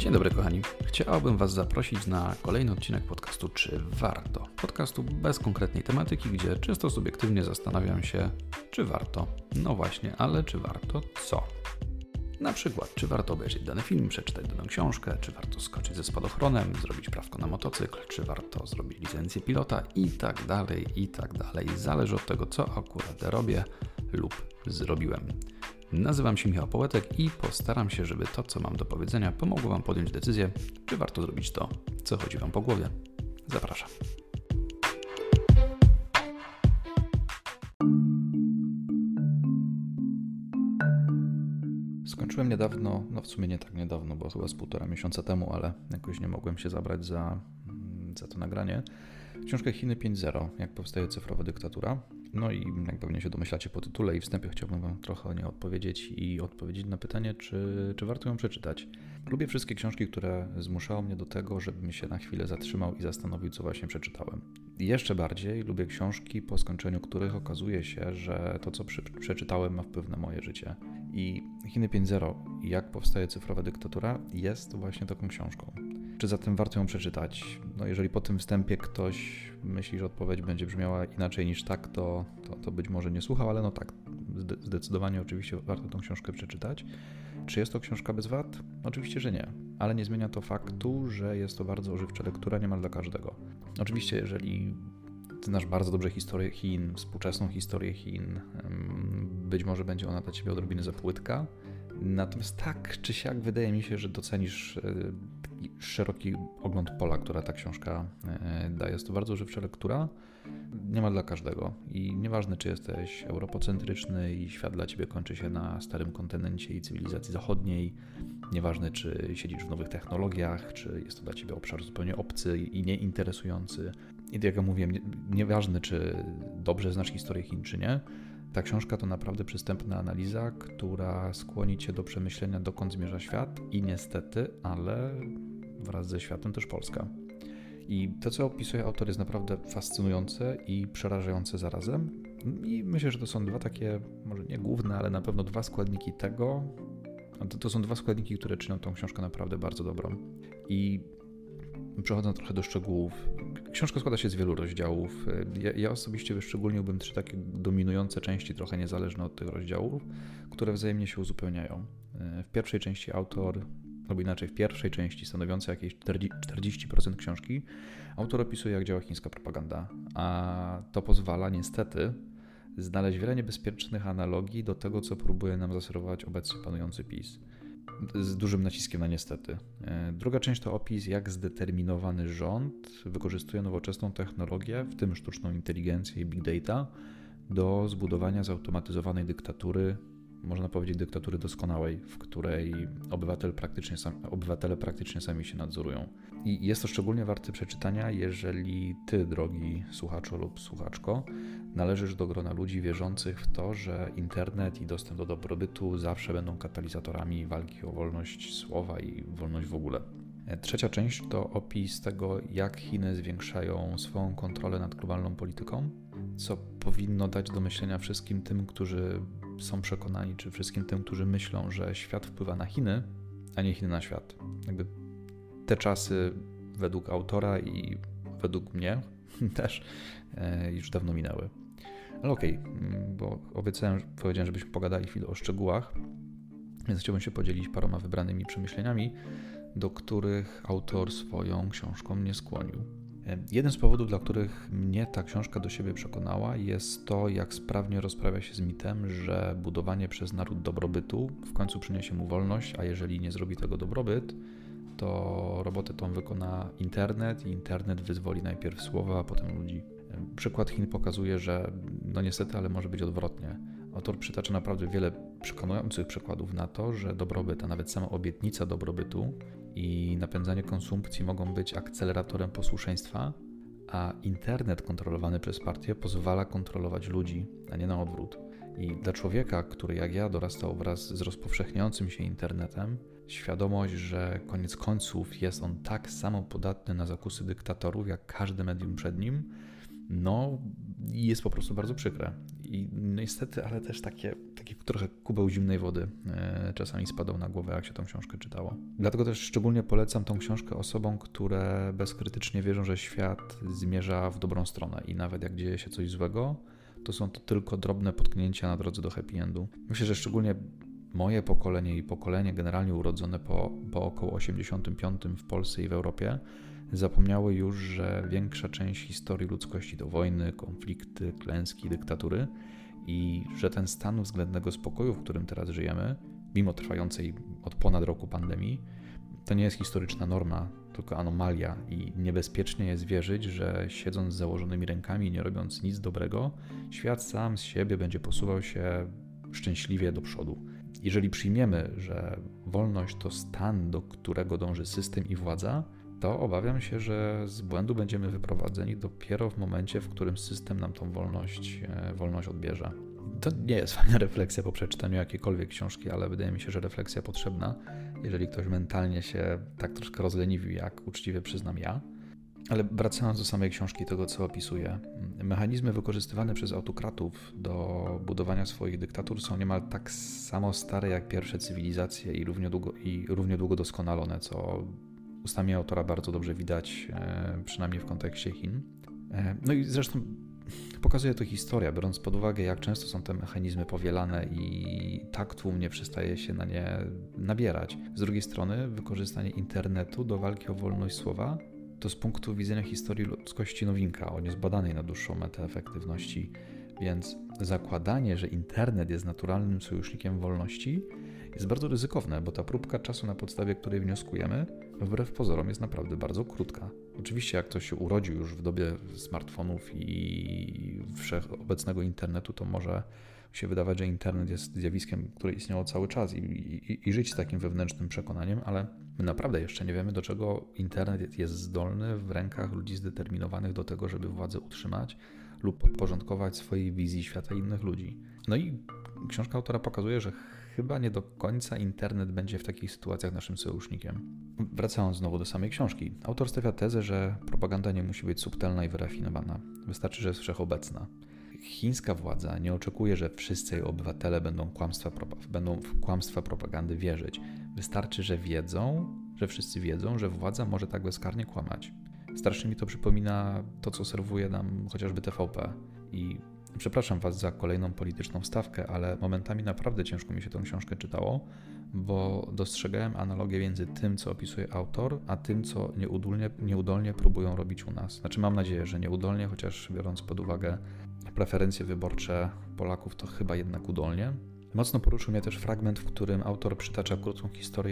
Dzień dobry kochani, chciałbym Was zaprosić na kolejny odcinek podcastu Czy Warto? Podcastu bez konkretnej tematyki, gdzie czysto subiektywnie zastanawiam się, czy warto. No właśnie, ale czy warto co? Na przykład, czy warto obejrzeć dany film, przeczytać daną książkę, czy warto skoczyć ze spadochronem, zrobić prawko na motocykl, czy warto zrobić licencję pilota i tak dalej, i tak dalej. Zależy od tego, co akurat robię lub zrobiłem. Nazywam się Michał Połetek i postaram się, żeby to, co mam do powiedzenia, pomogło Wam podjąć decyzję, czy warto zrobić to, co chodzi Wam po głowie. Zapraszam. Skończyłem niedawno, w sumie nie tak niedawno, bo chyba z 1,5 miesiąca temu, ale jakoś nie mogłem się zabrać za to nagranie. Książkę Chiny 5.0, jak powstaje cyfrowa dyktatura. No i jak pewnie się domyślacie po tytule i wstępie, chciałbym Wam trochę o niej odpowiedzieć i odpowiedzieć na pytanie, czy warto ją przeczytać. Lubię wszystkie książki, które zmuszały mnie do tego, żebym się na chwilę zatrzymał i zastanowił, co właśnie przeczytałem. I jeszcze bardziej lubię książki, po skończeniu których okazuje się, że to, co przeczytałem, ma wpływ na moje życie. I Chiny 5.0, jak powstaje cyfrowa dyktatura, jest właśnie taką książką. Czy zatem warto ją przeczytać? No jeżeli po tym wstępie ktoś myśli, że odpowiedź będzie brzmiała inaczej niż tak, to być może nie słuchał, ale no tak, zdecydowanie oczywiście warto tą książkę przeczytać. Czy jest to książka bez wad? Oczywiście, że nie, ale nie zmienia to faktu, że jest to bardzo ożywcza lektura niemal dla każdego. Oczywiście, jeżeli znasz bardzo dobrze historię Chin, współczesną historię Chin, być może będzie ona dla Ciebie odrobinę za płytka. Natomiast tak czy siak wydaje mi się, że docenisz szeroki ogląd pola, która ta książka daje. Jest to bardzo żywcza lektura, niemal dla każdego. I nieważne, czy jesteś europocentryczny i świat dla Ciebie kończy się na starym kontynencie i cywilizacji zachodniej, nieważne, czy siedzisz w nowych technologiach, czy jest to dla Ciebie obszar zupełnie obcy i nieinteresujący. I jak ja mówiłem, nieważne, czy dobrze znasz historię Chin, czy nie, ta książka to naprawdę przystępna analiza, która skłoni Cię do przemyślenia, dokąd zmierza świat i niestety, ale wraz ze światem też Polska. I to, co opisuje autor, jest naprawdę fascynujące i przerażające zarazem. I myślę, że to są dwa takie, może nie główne, ale na pewno dwa składniki tego. To są dwa składniki, które czynią tą książkę naprawdę bardzo dobrą. I przechodząc trochę do szczegółów, książka składa się z wielu rozdziałów. Ja osobiście wyszczególniłbym 3 takie dominujące części, trochę niezależne od tych rozdziałów, które wzajemnie się uzupełniają. W pierwszej części autor, albo inaczej w pierwszej części stanowiącej jakieś 40% książki, autor opisuje, jak działa chińska propaganda, a to pozwala niestety znaleźć wiele niebezpiecznych analogii do tego, co próbuje nam zaserwować obecnie panujący PiS. Z dużym naciskiem na niestety. Druga część to opis, jak zdeterminowany rząd wykorzystuje nowoczesną technologię, w tym sztuczną inteligencję i big data, do zbudowania zautomatyzowanej dyktatury, można powiedzieć dyktatury doskonałej, w której obywatele praktycznie sami się nadzorują. I jest to szczególnie warte przeczytania, jeżeli Ty, drogi słuchaczu lub słuchaczko, należysz do grona ludzi wierzących w to, że internet i dostęp do dobrobytu zawsze będą katalizatorami walki o wolność słowa i wolność w ogóle. Trzecia część to opis tego, jak Chiny zwiększają swoją kontrolę nad globalną polityką, co powinno dać do myślenia wszystkim tym, którzy są przekonani, czy wszystkim tym, którzy myślą, że świat wpływa na Chiny, a nie Chiny na świat. Jakby te czasy według autora i według mnie też już dawno minęły. Ale okej, bo powiedziałem, żebyśmy pogadali chwilę o szczegółach, więc chciałbym się podzielić paroma wybranymi przemyśleniami, do których autor swoją książką mnie skłonił. Jeden z powodów, dla których mnie ta książka do siebie przekonała, jest to, jak sprawnie rozprawia się z mitem, że budowanie przez naród dobrobytu w końcu przyniesie mu wolność, a jeżeli nie zrobi tego dobrobyt, to robotę tą wykona internet i internet wyzwoli najpierw słowa, a potem ludzi. Przykład Chin pokazuje, że no niestety, ale może być odwrotnie. Autor przytacza naprawdę wiele przekonujących przykładów na to, że dobrobyt, a nawet sama obietnica dobrobytu i napędzanie konsumpcji mogą być akceleratorem posłuszeństwa, a internet kontrolowany przez partię pozwala kontrolować ludzi, a nie na odwrót. I dla człowieka, który jak ja dorastał wraz z rozpowszechniającym się internetem, świadomość, że koniec końców jest on tak samo podatny na zakusy dyktatorów, jak każde medium przed nim, no jest po prostu bardzo przykre. I niestety, ale też taki trochę kubeł zimnej wody czasami spadał na głowę, jak się tą książkę czytało. Dlatego też szczególnie polecam tą książkę osobom, które bezkrytycznie wierzą, że świat zmierza w dobrą stronę i nawet jak dzieje się coś złego, to są to tylko drobne potknięcia na drodze do happy endu. Myślę, że szczególnie moje pokolenie i pokolenie generalnie urodzone po około 85 w Polsce i w Europie zapomniały już, że większa część historii ludzkości to wojny, konflikty, klęski, dyktatury i że ten stan względnego spokoju, w którym teraz żyjemy, mimo trwającej od ponad roku pandemii, to nie jest historyczna norma, tylko anomalia i niebezpiecznie jest wierzyć, że siedząc z założonymi rękami i nie robiąc nic dobrego, świat sam z siebie będzie posuwał się szczęśliwie do przodu. Jeżeli przyjmiemy, że wolność to stan, do którego dąży system i władza, to obawiam się, że z błędu będziemy wyprowadzeni dopiero w momencie, w którym system nam tą wolność odbierze. To nie jest fajna refleksja po przeczytaniu jakiejkolwiek książki, ale wydaje mi się, że refleksja potrzebna, jeżeli ktoś mentalnie się tak troszkę rozleniwił, jak uczciwie przyznam ja. Ale wracając do samej książki, tego co opisuje, mechanizmy wykorzystywane przez autokratów do budowania swoich dyktatur są niemal tak samo stare jak pierwsze cywilizacje i równie długo doskonalone, co ustami autora bardzo dobrze widać, przynajmniej w kontekście Chin. No i zresztą pokazuje to historia, biorąc pod uwagę, jak często są te mechanizmy powielane i tak tłumnie przestaje się na nie nabierać. Z drugiej strony wykorzystanie internetu do walki o wolność słowa to z punktu widzenia historii ludzkości nowinka o niezbadanej na dłuższą metę efektywności, więc zakładanie, że internet jest naturalnym sojusznikiem wolności jest bardzo ryzykowne, bo ta próbka czasu, na podstawie której wnioskujemy, wbrew pozorom jest naprawdę bardzo krótka. Oczywiście jak ktoś się urodził już w dobie smartfonów i wszechobecnego internetu, to może się wydawać, że internet jest zjawiskiem, które istniało cały czas i żyć z takim wewnętrznym przekonaniem, ale my naprawdę jeszcze nie wiemy, do czego internet jest zdolny w rękach ludzi zdeterminowanych do tego, żeby władzę utrzymać lub podporządkować swojej wizji świata innych ludzi. No i książka autora pokazuje, że chyba nie do końca internet będzie w takich sytuacjach naszym sojusznikiem. Wracając znowu do samej książki. Autor stawia tezę, że propaganda nie musi być subtelna i wyrafinowana. Wystarczy, że jest wszechobecna. Chińska władza nie oczekuje, że wszyscy jej obywatele będą w kłamstwa propagandy wierzyć. Wystarczy, że wszyscy wiedzą, że władza może tak bezkarnie kłamać. Strasznie mi to przypomina to, co serwuje nam chociażby TVP. I przepraszam Was za kolejną polityczną wstawkę, ale momentami naprawdę ciężko mi się tę książkę czytało, bo dostrzegałem analogię między tym, co opisuje autor, a tym, co nieudolnie próbują robić u nas. Znaczy mam nadzieję, że nieudolnie, chociaż biorąc pod uwagę preferencje wyborcze Polaków, to chyba jednak udolnie. Mocno poruszył mnie też fragment, w którym autor przytacza krótką historię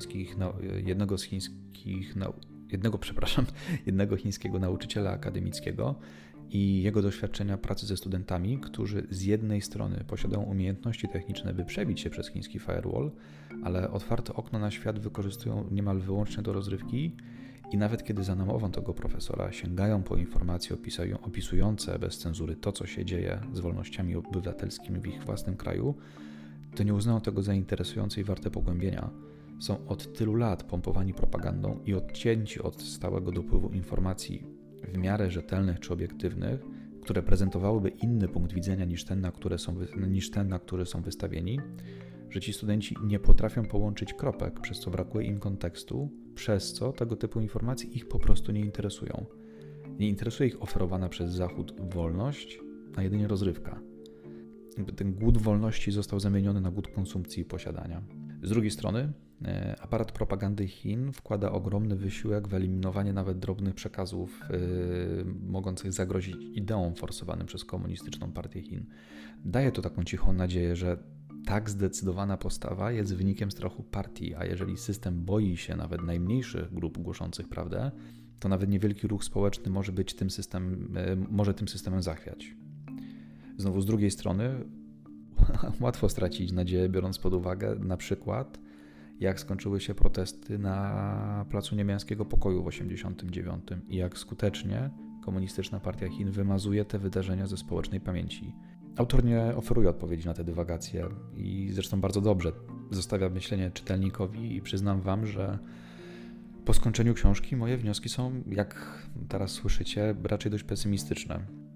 jednego chińskiego nauczyciela akademickiego i jego doświadczenia pracy ze studentami, którzy z jednej strony posiadają umiejętności techniczne, by przebić się przez chiński firewall, ale otwarte okno na świat wykorzystują niemal wyłącznie do rozrywki i nawet kiedy za namową tego profesora sięgają po informacje opisujące bez cenzury to, co się dzieje z wolnościami obywatelskimi w ich własnym kraju, to nie uznają tego za interesujące i warte pogłębienia. Są od tylu lat pompowani propagandą i odcięci od stałego dopływu informacji w miarę rzetelnych czy obiektywnych, które prezentowałyby inny punkt widzenia niż ten, na który są wystawieni, że ci studenci nie potrafią połączyć kropek, przez co brakuje im kontekstu, przez co tego typu informacje ich po prostu nie interesują. Nie interesuje ich oferowana przez Zachód wolność, a jedynie rozrywka. Ten głód wolności został zamieniony na głód konsumpcji i posiadania. Z drugiej strony aparat propagandy Chin wkłada ogromny wysiłek w eliminowanie nawet drobnych przekazów mogących zagrozić ideom forsowanym przez komunistyczną partię Chin. Daje to taką cichą nadzieję, że tak zdecydowana postawa jest wynikiem strachu partii, a jeżeli system boi się nawet najmniejszych grup głoszących prawdę, to nawet niewielki ruch społeczny może tym systemem zachwiać. Znowu z drugiej strony łatwo stracić nadzieję, biorąc pod uwagę na przykład, jak skończyły się protesty na Placu Niemieckiego Pokoju w 1989 i jak skutecznie komunistyczna partia Chin wymazuje te wydarzenia ze społecznej pamięci. Autor nie oferuje odpowiedzi na te dywagacje i zresztą bardzo dobrze zostawia myślenie czytelnikowi i przyznam Wam, że po skończeniu książki moje wnioski są, jak teraz słyszycie, raczej dość pesymistyczne.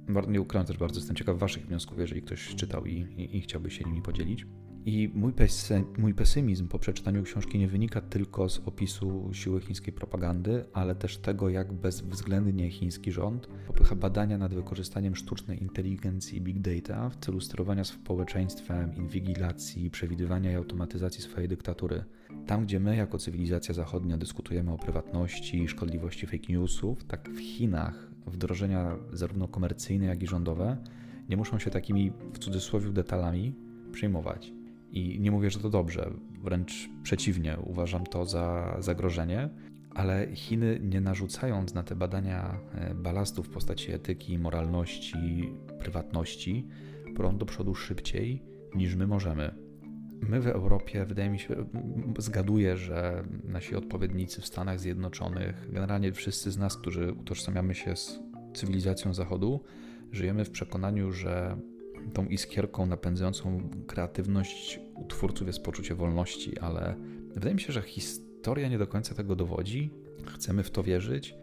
Nie ukrywam, też bardzo jestem ciekaw waszych wniosków, jeżeli ktoś czytał i chciałby się nimi podzielić. I mój pesymizm po przeczytaniu książki nie wynika tylko z opisu siły chińskiej propagandy, ale też tego, jak bezwzględnie chiński rząd popycha badania nad wykorzystaniem sztucznej inteligencji i big data w celu sterowania społeczeństwem, inwigilacji, przewidywania i automatyzacji swojej dyktatury. Tam, gdzie my jako cywilizacja zachodnia dyskutujemy o prywatności i szkodliwości fake newsów, tak w Chinach wdrożenia zarówno komercyjne, jak i rządowe nie muszą się takimi, w cudzysłowie, detalami przejmować. I nie mówię, że to dobrze, wręcz przeciwnie, uważam to za zagrożenie, ale Chiny, nie narzucając na te badania balastu w postaci etyki, moralności, prywatności, prą do przodu szybciej niż my możemy. My w Europie, wydaje mi się, zgaduję, że nasi odpowiednicy w Stanach Zjednoczonych, generalnie wszyscy z nas, którzy utożsamiamy się z cywilizacją Zachodu, żyjemy w przekonaniu, że tą iskierką napędzającą kreatywność u twórców jest poczucie wolności, ale wydaje mi się, że historia nie do końca tego dowodzi. Chcemy w to wierzyć,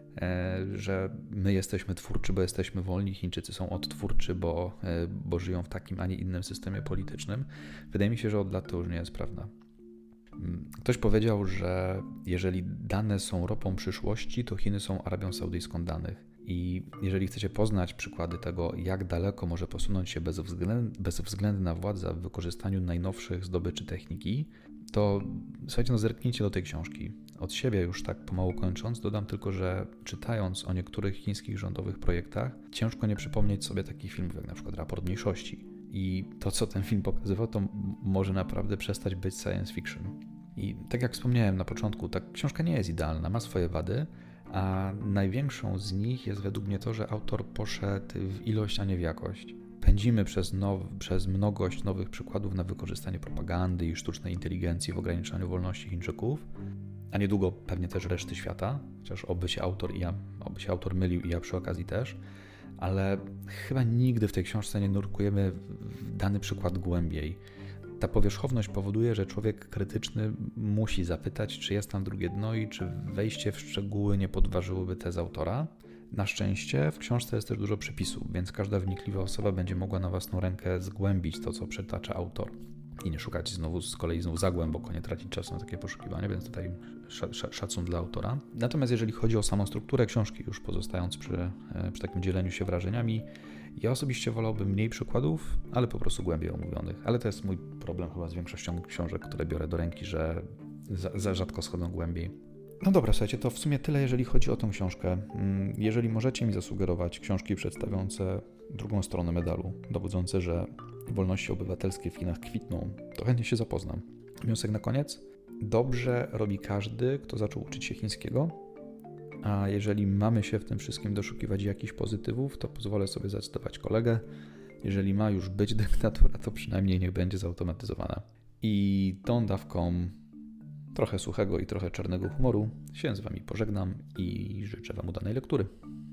że my jesteśmy twórczy, bo jesteśmy wolni, Chińczycy są odtwórczy, bo żyją w takim, a nie innym systemie politycznym. Wydaje mi się, że od lat to już nie jest prawda. Ktoś powiedział, że jeżeli dane są ropą przyszłości, to Chiny są Arabią Saudyjską danych. I jeżeli chcecie poznać przykłady tego, jak daleko może posunąć się bezwzględna władza w wykorzystaniu najnowszych zdobyczy techniki, to słuchajcie, zerknijcie do tej książki. Od siebie już tak pomału kończąc, dodam tylko, że czytając o niektórych chińskich rządowych projektach, ciężko nie przypomnieć sobie takich filmów jak na przykład Raport Mniejszości. I to, co ten film pokazywał, to może naprawdę przestać być science fiction. I tak jak wspomniałem na początku, ta książka nie jest idealna, ma swoje wady, a największą z nich jest według mnie to, że autor poszedł w ilość, a nie w jakość. Pędzimy przez mnogość nowych przykładów na wykorzystanie propagandy i sztucznej inteligencji w ograniczaniu wolności Chińczyków, a niedługo pewnie też reszty świata, chociaż oby się autor mylił i ja przy okazji też, ale chyba nigdy w tej książce nie nurkujemy w dany przykład głębiej. Ta powierzchowność powoduje, że człowiek krytyczny musi zapytać, czy jest tam drugie dno i czy wejście w szczegóły nie podważyłoby tez autora. Na szczęście w książce jest też dużo przepisów, więc każda wnikliwa osoba będzie mogła na własną rękę zgłębić to, co przytacza autor. I nie szukać z kolei za głęboko, nie tracić czasu na takie poszukiwanie, więc tutaj szacun dla autora. Natomiast jeżeli chodzi o samą strukturę książki, już pozostając przy takim dzieleniu się wrażeniami, ja osobiście wolałbym mniej przykładów, ale po prostu głębiej omówionych. Ale to jest mój problem chyba z większością książek, które biorę do ręki, że za rzadko schodzą głębiej. No dobra, słuchajcie, to w sumie tyle, jeżeli chodzi o tę książkę. Jeżeli możecie mi zasugerować książki przedstawiające drugą stronę medalu, dowodzące, że wolności obywatelskie w Chinach kwitną, to chętnie się zapoznam. Wniosek na koniec. Dobrze robi każdy, kto zaczął uczyć się chińskiego, a jeżeli mamy się w tym wszystkim doszukiwać jakichś pozytywów, to pozwolę sobie zacytować kolegę. Jeżeli ma już być dyktatura, to przynajmniej niech będzie zautomatyzowana. I tą dawką trochę suchego i trochę czarnego humoru się z wami pożegnam i życzę wam udanej lektury.